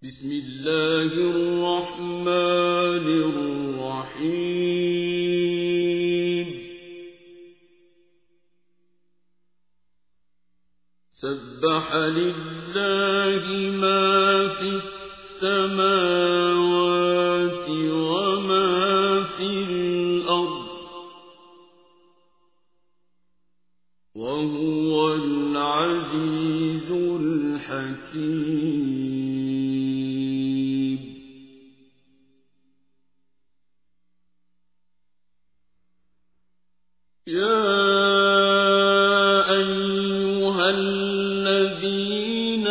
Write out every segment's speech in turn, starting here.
بسم الله الرحمن الرحيم سبح لله ما في السماوات وما في الأرض وهو العزيز الحكيم يا أيها الذين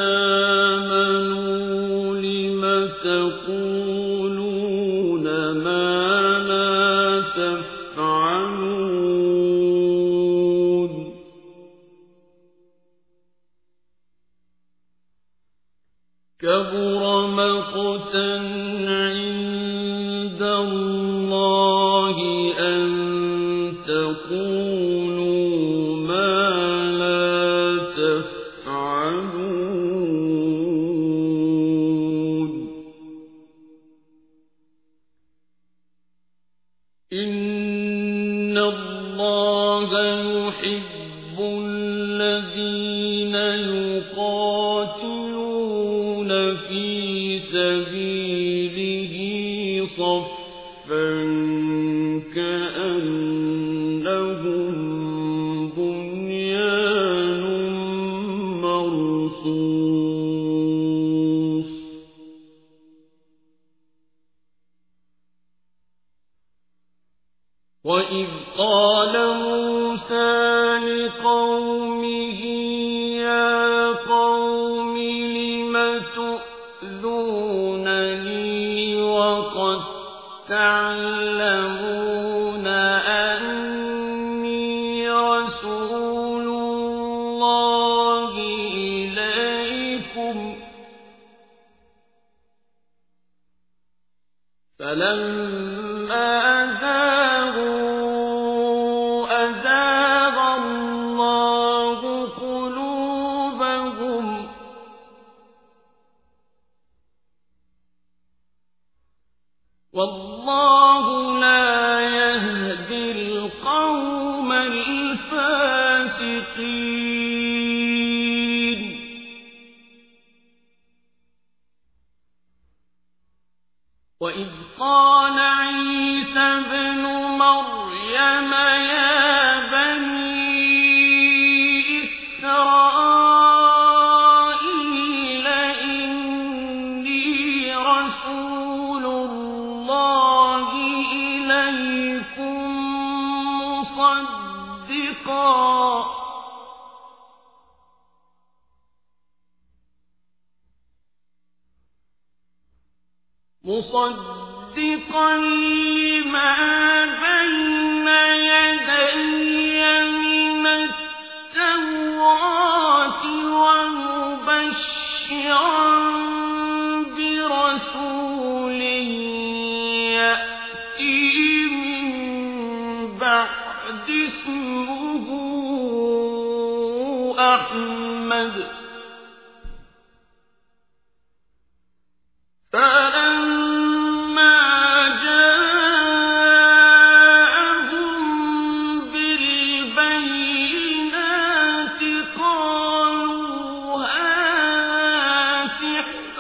آمنوا لم تقولون ما لا تفعلون كبر مقتا عند الله أن تقولوا ما لا تفعلون إن الله يحب الذين يقاتلون في سبيله صفا كأنهم بنيان مرصوص وإذ قال موسى لقومه يا قوم لم تؤذونني وقد تعلمون أني رسول الله إليكم فلما أزاغ الله قلوبهم والله لا يهدي القوم الفاسقين وإذ قال عيسى ابن مريم يا بني إسرائيل إني رسول الله إليكم مصدقا لما بين يدي من التوراة ومبشرا برسول يأتي من بعد اسمه أحمد فلما جاءهم بالبينات قالوا هذا سحر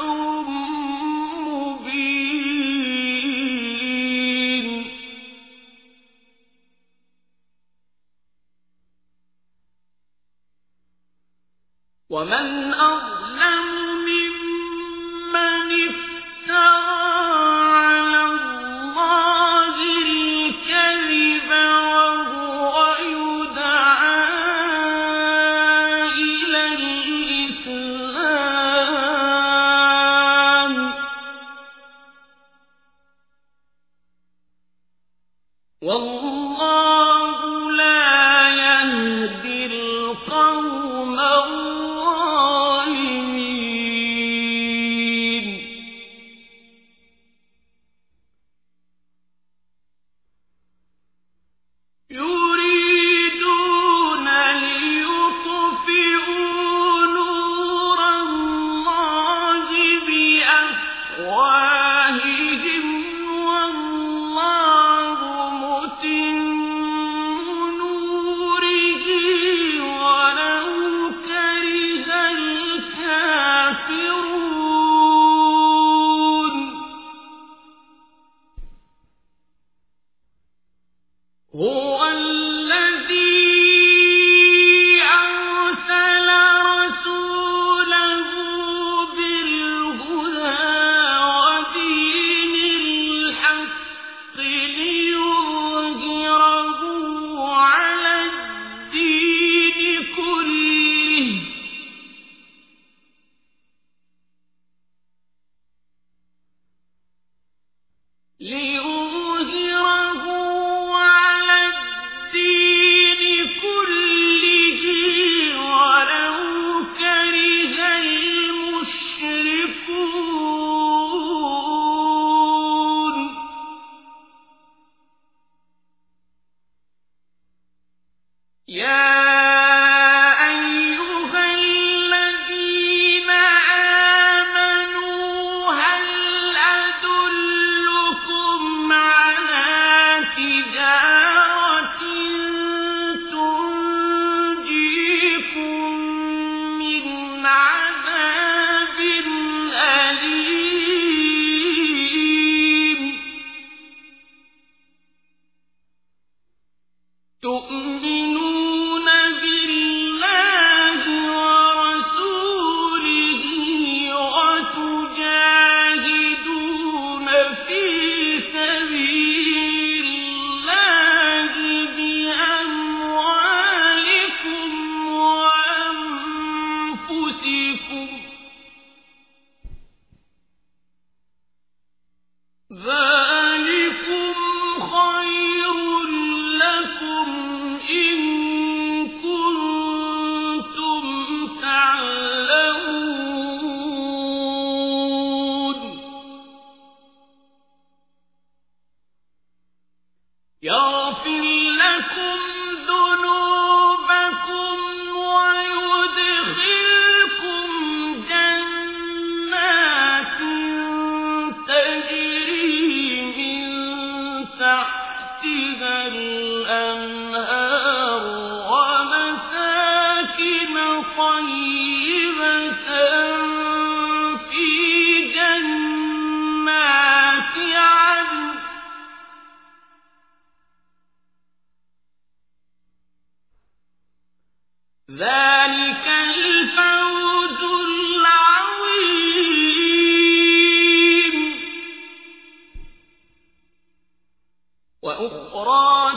مبين ومن أظلم ممن على الله الكذب وهو يدعى إلى الإسلام والله لا يهدي القوم الظالمين يريدون ليطفئوا نور الله بأفواههم ذلكم خير لكم إن كنتم تعلمون يغفر لكم ذنوبكم ويدخلكم جنات تجري من تحتها الأنهار ومساكن طيبة في جنات عدن ذلك الفوز العظيم وأخرى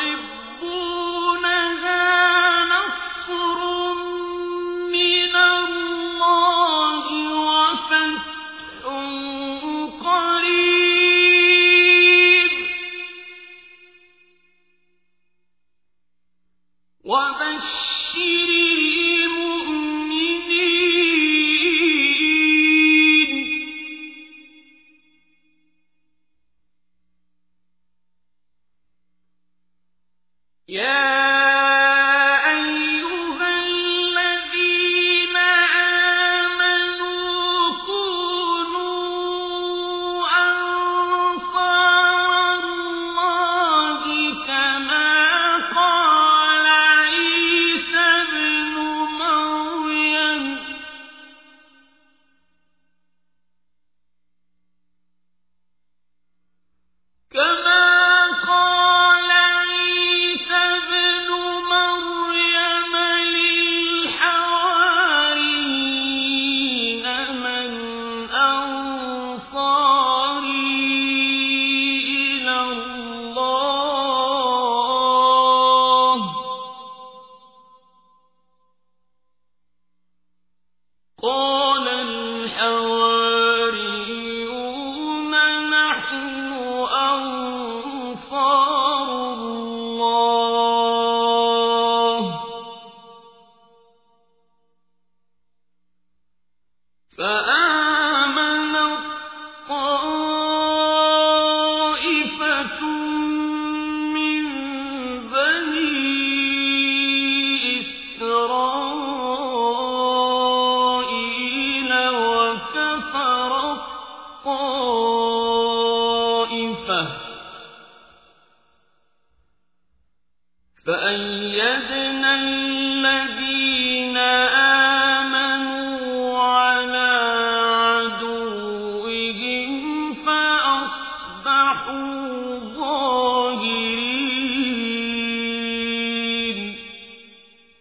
تحبونها نصر من الله وفتح قريب وبشر المؤمنين يا أيها الذين آمنوا كونوا أنصار الله كما قال عيسى ابن مريم للحواريين من أنصاري إلى الله قال الحواريون نحن أنصار الله فآمنت طائفة من بني إسرائيل وكفرت طائفة فأيدنا